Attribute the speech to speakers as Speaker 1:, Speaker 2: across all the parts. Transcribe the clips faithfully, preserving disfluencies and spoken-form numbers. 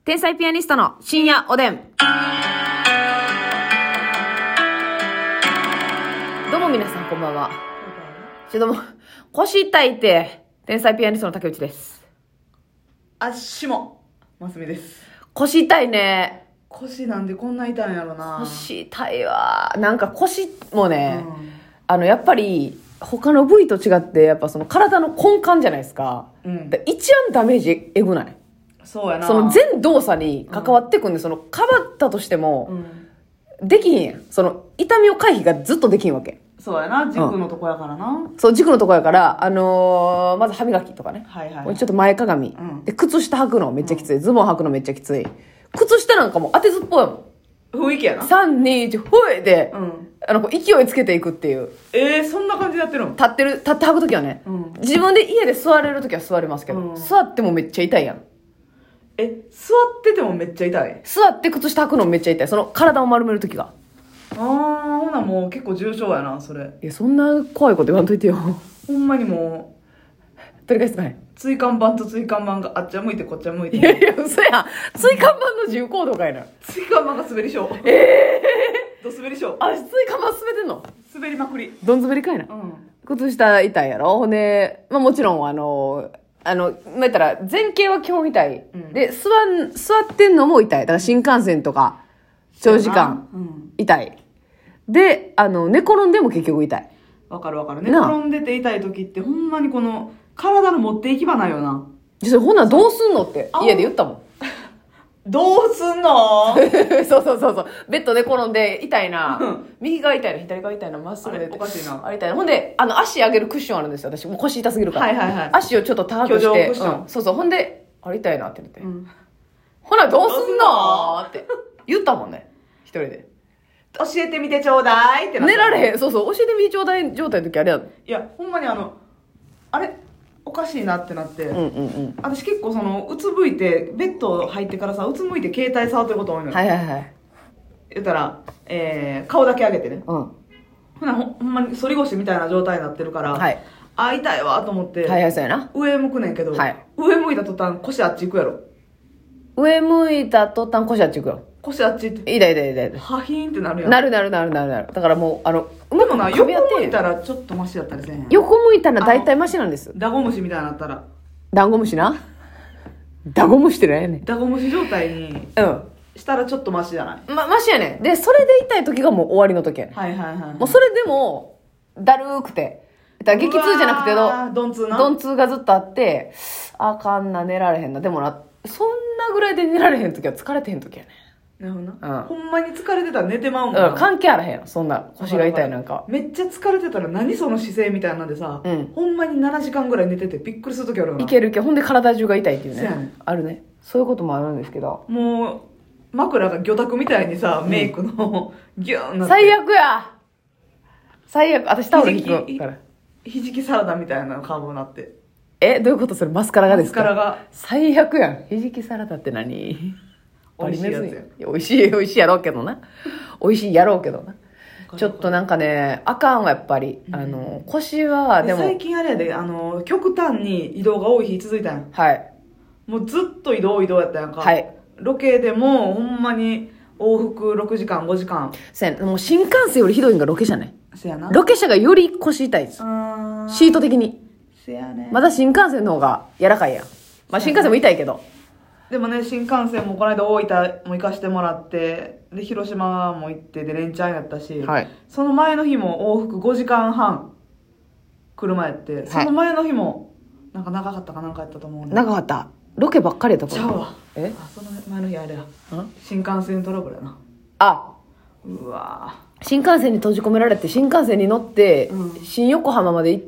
Speaker 1: 天才ピアニストの深夜おでん。どうも皆さんこんばんは。ちょっともう腰痛いって天才ピアニストの竹内です。
Speaker 2: あっしもますみです。
Speaker 1: 腰痛いね。
Speaker 2: 腰なんでこんな痛いんやろな。
Speaker 1: 腰痛いわ。なんか腰もね、
Speaker 2: うん、
Speaker 1: あのやっぱり他の部位と違ってやっぱその体の根幹じゃないですか。
Speaker 2: うん、
Speaker 1: で一番ダメージえぐない。
Speaker 2: そうやな。
Speaker 1: その全動作に関わってくんで、うん、そのかばったとしても、うん、できひんやん。その痛みを回避がずっとできひんわけ。
Speaker 2: そうやな、軸のとこやからな、
Speaker 1: うん、そう軸のとこやからあのー、まず歯磨きとかね、
Speaker 2: はいはいはい、
Speaker 1: ちょっと前かがみ、うん、で靴下履くのめっちゃきつい、うん、ズボン履くのめっちゃきつい。靴下なんかもう当てずっぽいもん。
Speaker 2: 雰囲気やな。
Speaker 1: さんにいちほいで、うん、あのこう勢いつけていくっていう。
Speaker 2: えー、そんな感じでやってるの？
Speaker 1: 立ってる立って履くときはね、うん、自分で家で座れるときは座れますけど、うん、座ってもめっちゃ痛いやん。
Speaker 2: え、座っててもめっちゃ痛い？
Speaker 1: 座って靴下履くのめっちゃ痛い。その体を丸めるときが。
Speaker 2: あー、ほなもう結構重症やな、それ。
Speaker 1: いや、そんな怖いこと言わんといてよ。
Speaker 2: ほんまにも
Speaker 1: う、取り返すかい。
Speaker 2: 椎間板と椎間板があっちゃ向いてこっちゃ向いて。
Speaker 1: いやいや、嘘やん。椎間板の自由行動かいな。
Speaker 2: 椎間板が滑り症。
Speaker 1: ええ
Speaker 2: ー。ど滑り症。
Speaker 1: あ、椎間板滑ってんの？
Speaker 2: 滑りまくり。
Speaker 1: どん滑りかいな。うん。靴下痛いやろ。ほんで、まあもちろんあの、あの、まあ、言ったら前傾は基本痛い。うん、で、座ん、座ってんのも痛い。だから新幹線とか、長時間、うん、痛い。で、あの、寝転んでも結局痛い。
Speaker 2: わかるわかる。寝転んでて痛い時ってほんまにこの、体の持っていき場ないよな。
Speaker 1: それほんならどうすんのって家で言ったもん。
Speaker 2: どうすんの
Speaker 1: そうそうそうそう。ベッドで転んで痛いな。右側痛いな、左側痛いな、まっすぐで。
Speaker 2: おかしいな。
Speaker 1: あれ痛いな。ほんで、あの、足上げるクッションあるんですよ。私、もう腰痛すぎるから。
Speaker 2: はいはいはい。
Speaker 1: 足をちょっと高くして。うん、そうそう。ほんで、あれ痛いなって言って。うん、ほな、どうすんのって言ったもんね。一人で。
Speaker 2: 教えてみてちょうだいってなった。
Speaker 1: 寝られへん。そうそう。教えてみてちょうだい状態の時あれやん。い
Speaker 2: や、ほんまにあの、あれおかしいなってなって、うんうんうん、私結構そのうつむいてベッド入ってからさ、うつむいて携帯触ってること多いのよ。
Speaker 1: はいはいはい。
Speaker 2: 言ったら、えー、顔だけ上げてね、うん、ほな ほ, ほんまに反り腰みたいな状態になってるから、はい、あ痛いわと思って、
Speaker 1: はいはい、そうやな。
Speaker 2: 上向くねんけど、はい、上向いた途端腰あっち行くやろ。
Speaker 1: 上向いた途端腰あっち行くよ。
Speaker 2: 腰あっちって。
Speaker 1: 痛い痛い痛い。
Speaker 2: ハヒーンってなるやん。
Speaker 1: なるなるなるなるなる。だからもう、あの、
Speaker 2: うまくな、横向いたらちょっとマシだったりせんやん。
Speaker 1: 横向いたら大体マシなんです。
Speaker 2: ダゴムシみたいになったら。
Speaker 1: ダンゴムシな。ダゴムシって何やねん。
Speaker 2: ダゴムシ状態に。うん。したらちょっとマシじゃない？
Speaker 1: ま、マシやねん。で、それで痛い時がもう終わりの時やねん。
Speaker 2: はいはいはい、はい。も
Speaker 1: うそれでも、だるーくて。だから激痛じゃなくてど、
Speaker 2: 鈍痛な。
Speaker 1: 鈍痛がずっとあって、あかんな、寝られへんな。でもな、そんなぐらいで寝られへん時は疲れてへん時やねん。
Speaker 2: なるほどな、うん、ほんまに疲れてたら寝てまうもんな、
Speaker 1: うん、関係あらへんよそんな腰が痛いなんか。
Speaker 2: めっちゃ疲れてたら何その姿勢みたいなんでさ、うん、ほんまにななじかんぐらい寝ててびっくりする時あるよな。
Speaker 1: いけるけどほんで体中が痛いっていう ね, ねあるね。そういうこともあるんですけど、
Speaker 2: もう枕が魚拓みたいにさ、うん、メイクのギューンなって
Speaker 1: 最悪や最悪。私タオル引くから
Speaker 2: ひじきサラダみたいな顔になって。
Speaker 1: えどういうこと？それマスカラがですか？
Speaker 2: マスカラが
Speaker 1: 最悪やん。ひじきサラダって何？
Speaker 2: 美味しいやつ
Speaker 1: や。美味しい、美味しいやろうけどな。美味しいやろうけどな。ちょっとなんかね、あかんわ、やっぱり。うん、あの、腰は、でも。
Speaker 2: 最近あれやで、あの、極端に移動が多い日続いたやん。
Speaker 1: はい。
Speaker 2: もうずっと移動移動やったやんか。
Speaker 1: はい。
Speaker 2: ロケでも、ほんまに往復ろくじかん、ごじかん。
Speaker 1: せやもう新幹線よりひどいんがロケ車ね。
Speaker 2: せやな。
Speaker 1: ロケ車がより腰痛いです。シート的に。
Speaker 2: せやね。
Speaker 1: まだ新幹線の方が柔らかいやん。まあ新幹線も痛いけど。
Speaker 2: でもね、新幹線もこの間大分も行かしてもらって、で、広島も行って、で、連チャンやったし、はい、その前の日も往復ごじかんはん、車やって、その前の日も、なんか長かったかなんかやったと思うね。
Speaker 1: 長かった。ロケばっかりやった
Speaker 2: ちゃうわ。えあ、その前の日あれや。新幹線トラブルやな。
Speaker 1: あ
Speaker 2: うわ
Speaker 1: 新幹線に閉じ込められて、新幹線に乗って、うん、新横浜まで行って、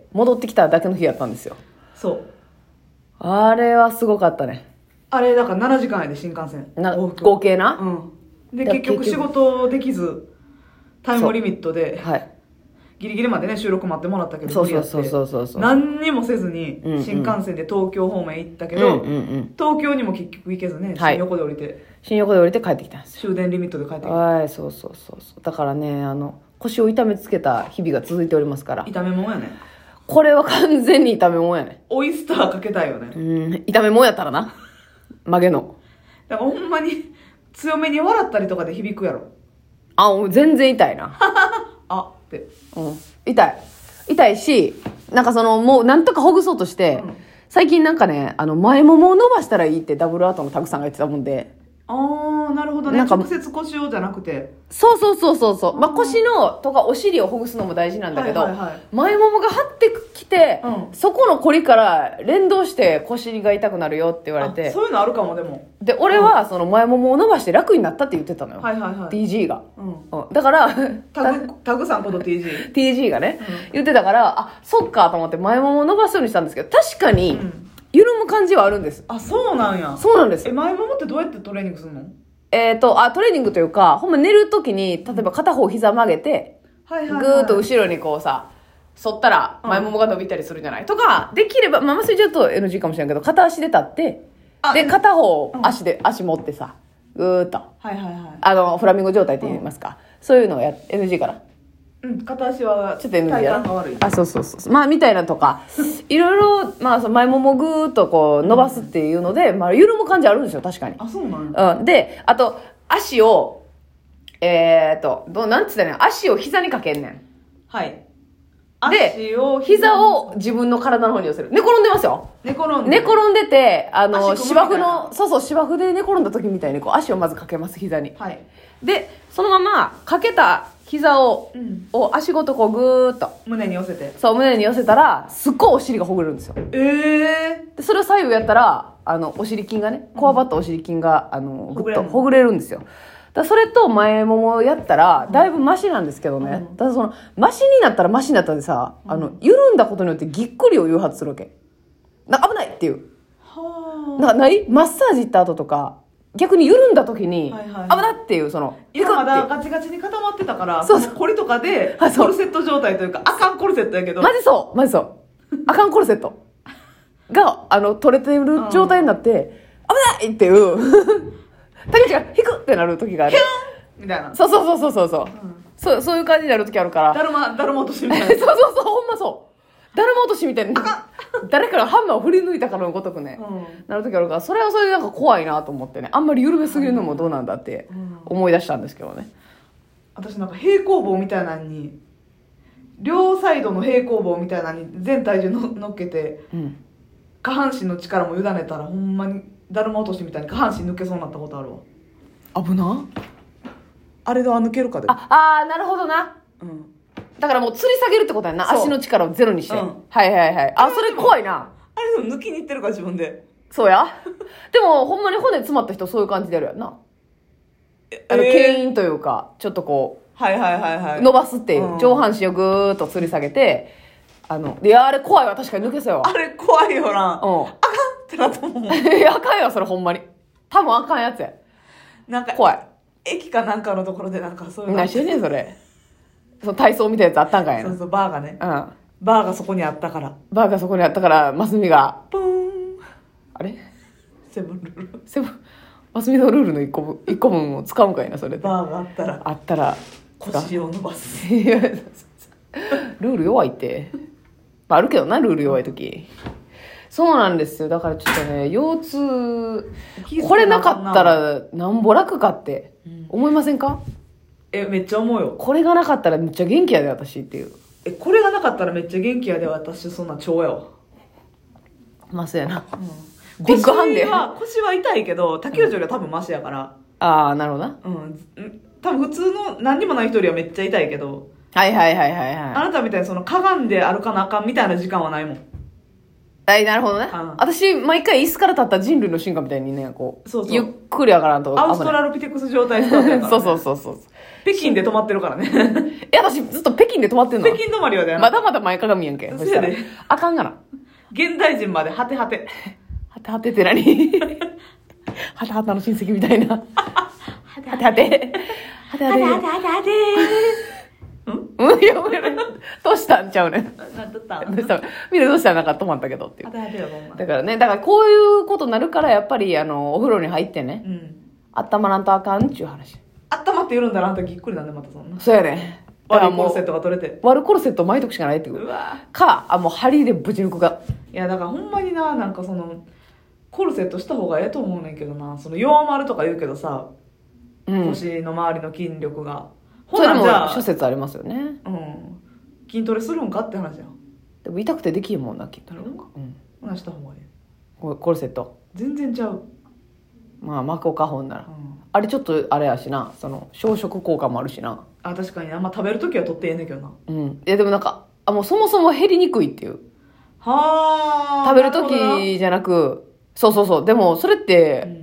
Speaker 1: 戻ってきただけの日やったんですよ。
Speaker 2: そう。
Speaker 1: あれはすごかったね。
Speaker 2: あれだからななじかんやで新幹線
Speaker 1: な合計な、
Speaker 2: うん、で結局仕事できずタイムリミットで、はい、ギリギリまでね収録待ってもらったけど
Speaker 1: そうそうそうそうそうそう
Speaker 2: 何にもせずに新幹線で東京方面行ったけど、うんうんうん、東京にも結局行けずね、はい、新横で降りて
Speaker 1: 新横で降りて帰ってきたんです
Speaker 2: よ。終電リミットで帰ってきた。
Speaker 1: はいそうそうそうそうだからねあの腰を痛めつけた日々が続いておりますから。
Speaker 2: 痛めもんやね。
Speaker 1: これは完全に痛めもんやね。
Speaker 2: オイスターかけたいよね。
Speaker 1: うん痛めもんやったらな曲げの
Speaker 2: だからほんまに強めに笑ったりとかで響くやろ。
Speaker 1: あ、もう全然痛いな。
Speaker 2: あって。
Speaker 1: うん。痛い。痛いし、なんかその、もうなんとかほぐそうとして、うん、最近なんかね、あの、前ももを伸ばしたらいいってダブルアートのタグさんが言ってたもんで。
Speaker 2: ああ、なるほどね。なんか直接腰をじゃなくて。
Speaker 1: そうそうそうそうそう。まあ、腰のとかお尻をほぐすのも大事なんだけど、はいはいはい、前ももが張ってきて、うん、そこの凝りから連動して腰が痛くなるよって言われて。
Speaker 2: そういうのあるかも、でも。
Speaker 1: で、俺はその前ももを伸ばして楽になったって言ってたのよ。
Speaker 2: はいはいはい。
Speaker 1: ティージー が。うん。だから、
Speaker 2: タグ、タグさんこと ティージー。
Speaker 1: ティージー がね、うん、言ってたから、あ、そっかと思って前ももを伸ばすようにしたんですけど、確かに、緩む感じはあるんです。
Speaker 2: あ、そうなんや。
Speaker 1: そうなんです。
Speaker 2: え、前ももってどうやってトレーニングするの？
Speaker 1: えっと、あ、トレーニングというか、ほんま寝るときに、例えば片方膝曲げて、はいはいはい、ぐーっと後ろにこうさ、反ったら前ももが伸びたりするじゃない、うん、とか、できれば、まあ、麻酔ちょっと エヌジー かもしれんけど、片足で立って、で、片方足で、うん、足持ってさ、ぐーっと、はいはいはい、あの、フラミンゴ状態って言いますか。うん、そういうのをや、エヌジー から。
Speaker 2: うん、片足は
Speaker 1: ちょっと エヌジー や
Speaker 2: 体幹が悪い。
Speaker 1: あ、そうそうそう。まあ、みたいなとか、いろいろ、まあ、その前ももぐーっとこう、伸ばすっていうので、まあ、緩む感じあるんですよ、確かに。
Speaker 2: あ、そうなんや。
Speaker 1: うん。で、あと、足を、えーっと、どう、なんつったらいいの？足を膝にかけんねん。
Speaker 2: はい。
Speaker 1: で、
Speaker 2: 足を
Speaker 1: 膝を自分の体の方に寄せる。寝転んでますよ。
Speaker 2: 寝転んで。
Speaker 1: 寝転んでて、あの、芝生の、そうそう、芝生で寝転んだ時みたいに、こう、足をまずかけます、膝に。
Speaker 2: はい。
Speaker 1: で、そのまま、かけた膝を、うん、を足ごとこう、ぐーっと。
Speaker 2: 胸に寄せて。
Speaker 1: そう、胸に寄せたら、すっごいお尻がほぐれるんですよ。
Speaker 2: ええー。
Speaker 1: で、それを左右やったら、あの、お尻筋がね、こわばったお尻筋が、あの、ぐっとほぐれるんですよ。だそれと前ももやったらだいぶマシなんですけどね、うん、ただそのマシになったらマシになったでさ、うん、あの緩んだことによってぎっくりを誘発するわけ。なんか危ないっていう、はあ、なんかないマッサージ行った後とか逆に緩んだ時に、はいはい、危ないっていうその
Speaker 2: 今まだガチガチに固まってたからそうそうコリとかでコルセット状態というかあかんコルセットやけど
Speaker 1: マジそうマジそうあかんコルセットがあの取れてる状態になって、うん、危ないっていう竹内が引くってなる時がある。
Speaker 2: みたいな。
Speaker 1: そうそうそうそうそうそう、うん、そう。そういう感じになる時あるから。
Speaker 2: だるま、だるま落としみたいな。
Speaker 1: そうそうそう、ほんまそう。だるま落としみたいな。誰かがハンマーを振り抜いたからのごとくね、うん、なる時あるから、それはそれでなんか怖いなと思ってね、あんまり緩めすぎるのもどうなんだって思い出したんですけどね。
Speaker 2: うん、私なんか平行棒みたいなのに、両サイドの平行棒みたいなのに全体重の乗っけて、うん、下半身の力も委ねたらほんまに、だるま落としみたいに下半身抜けそうになったことあるわ。
Speaker 1: 危な
Speaker 2: あれでは抜けるかで。
Speaker 1: ああーなるほどな、うん、だからもう吊り下げるってことやな、足の力をゼロにして、うん、はいはいはい。あそれ怖いな。
Speaker 2: あれでも抜きにいってるから自分で。
Speaker 1: そうやでもほんまに骨詰まった人そういう感じでやるやんな、あの、えー、牽引というかちょっとこう
Speaker 2: はいはいはいはい
Speaker 1: 伸ばすっていう、うん、上半身をぐーっと吊り下げて、あのいやあれ怖いわ、確かに抜けそうやわ。
Speaker 2: あれ怖いよな、うん、あかんってなったもん。い
Speaker 1: やあかんよそれほんまに、多分あかんやつや。
Speaker 2: なんか
Speaker 1: 怖い。
Speaker 2: 駅かなんかのところでなんかそういう
Speaker 1: 何してんねんそれ。その体操みたいなやつあったんかいな。
Speaker 2: そうそうバーがね、
Speaker 1: うん、
Speaker 2: バーがそこにあったから、
Speaker 1: バーがそこにあったからマスミが
Speaker 2: プーン、
Speaker 1: あれ
Speaker 2: セブンルール、
Speaker 1: セブンマスミのルールのいっこぶんいっこぶんを使うんかいなそれで。
Speaker 2: バーがあったら
Speaker 1: あったら
Speaker 2: 腰を伸ばす。
Speaker 1: ルール弱いって、まあ、あるけどなルール弱い時。そうなんですよ。だからちょっとね、腰痛、これなかったらなんぼ楽かって思いませんか？うん、
Speaker 2: え、めっちゃ思うよ。
Speaker 1: これがなかったらめっちゃ元気やで、私っていう。
Speaker 2: え、これがなかったらめっちゃ元気やで、私、そんな超やわ。
Speaker 1: まあ、そうやな。
Speaker 2: うん、ビッグハンデ。腰は、腰は痛いけど、竹内よりは多分マシやから。うん、
Speaker 1: ああ、なるほどな。
Speaker 2: うん。多分普通の何にもない人よりはめっちゃ痛いけど。
Speaker 1: はいはいはいはいはい。あ
Speaker 2: なたみたいにその、かがんで歩かなあかんみたいな時間はないもん。
Speaker 1: はい、なるほどね。うん、私、毎回椅子から立った人類の進化みたいにね、こう、そうそうゆっくり上がらんと。
Speaker 2: アウストラロピテクス状態スタートやから、ね。
Speaker 1: そうそうそうそう。
Speaker 2: 北京で止まってるからね。
Speaker 1: いや、私ずっと北京で止まってんの。
Speaker 2: 北京止まりはだよ。
Speaker 1: まだまだ前かがみやんけ。
Speaker 2: そうやで。
Speaker 1: あかんがな。
Speaker 2: 現代人まで果て果て。
Speaker 1: 果て果てって何？はたはたの親戚みたいな。はてはて。はてはて。はてはてはて。うんいや、どうしたんちゃうねん。
Speaker 2: なんどうしたん
Speaker 1: どうしたみんなどうしたんなんか止まったけどっていう。だからね、だからこういうことになるからやっぱりあの、お風呂に入ってね、うん、温まらんとあかんっていう話。
Speaker 2: 温まって緩んだらあんたぎっくりなんでまたそんな。
Speaker 1: そうやね。
Speaker 2: 悪いコルセットが取れて。
Speaker 1: 悪コルセット巻いとくしかないっていう。うわか、あ、もう針でぶち抜くか。
Speaker 2: いや、だからほんまにな、なんかその、 コルセットした方がええと思うねんけどな。その弱まるとか言うけどさ、うん、腰の周りの筋力が。
Speaker 1: それも諸説ありますよね。
Speaker 2: うん。筋トレするんかって話やん。
Speaker 1: でも痛くてできんもんな、筋トレとか。うん。
Speaker 2: ほなした方がいい。
Speaker 1: コルセット。
Speaker 2: 全然ちゃう。
Speaker 1: まあ、巻こうか、ほんなら。うん、あれちょっとあれやしな、その、消食効果もあるしな。
Speaker 2: あ、確かに。あんま食べるときは取ってええねんけどな。
Speaker 1: うん。いや、でもなんか、あ、もうそもそも減りにくいっていう。
Speaker 2: はあ。
Speaker 1: 食べるときじゃなく、そうそうそう。でも、それって、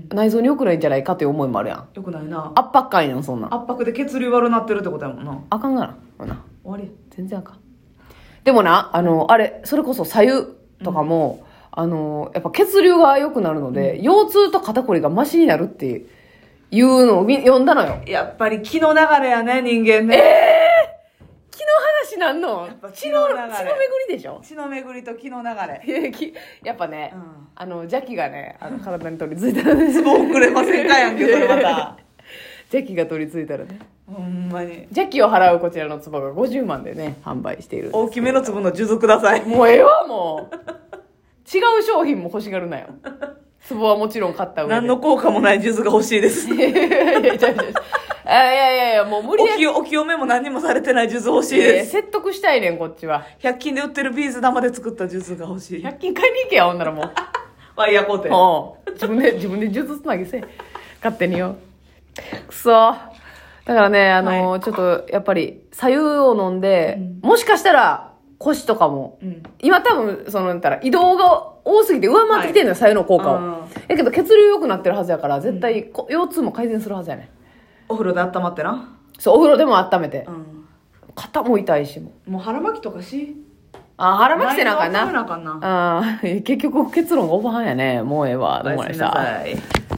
Speaker 1: 内臓に良くないんじゃないかっていう思いもあるやん。
Speaker 2: 良くないな。
Speaker 1: 圧迫感やん、そんな。
Speaker 2: 圧迫で血流悪なってるってことやもんな。
Speaker 1: あかんがな。ほな。
Speaker 2: 終わり。
Speaker 1: 全然あかん。でもな、あの、あれ、それこそ左右とかも、うん、あの、やっぱ血流が良くなるので、うん、腰痛と肩こりがマシになるっていうのを読んだのよ。
Speaker 2: やっぱり気の流れやね、人間ね。
Speaker 1: ええー、気の話なんの？
Speaker 2: 血の、血の
Speaker 1: 巡りでしょ？
Speaker 2: 血の巡りと気の流れ。
Speaker 1: やっぱね、うん、あの、邪気がね、あの体に取り付いたらね。
Speaker 2: ツボ遅れませんかやんけ、それまた。
Speaker 1: 邪気が取り付いたらね。
Speaker 2: ほんまに。
Speaker 1: 邪気を払うこちらの壺がごじゅうまんでね、販売しているんです。
Speaker 2: 大きめの壺の数珠ください。
Speaker 1: もうええわ、もう。違う商品も欲しがるなよ。壺はもちろん買った上で。
Speaker 2: 何の効果もない数珠が欲しいです。いやいやいやいや。
Speaker 1: いやいやいや、もう無理や。
Speaker 2: お清、お清めも何もされてない数珠欲しいです。
Speaker 1: 説得したいねん、こっちは。
Speaker 2: ひゃく均で売ってるビーズ玉で作った数珠が欲しい。
Speaker 1: ひゃく均買いに行けや、ほんならもう。
Speaker 2: ワイヤーコーテ。
Speaker 1: うん。自分で、自分で数珠つなぎせ。勝手によ。くそ。だからね、あの、はい、ちょっと、やっぱり、左右を飲んで、うん、もしかしたら、腰とかも、うん、今多分、その、言ったら、移動が多すぎて上回ってきてるのよ、左右の効果を。やけど、血流良くなってるはずやから、絶対、うん、腰痛も改善するはずやね。
Speaker 2: お風呂で温まってな。
Speaker 1: そう、お風呂でも温めて。うん、肩も痛いしも。
Speaker 2: もう腹巻きとかし。
Speaker 1: あ、腹巻きせなあかんな。
Speaker 2: なあかんな。
Speaker 1: あ結局、結論がおばはんやね。もうええわ。
Speaker 2: どうもありがとうございました。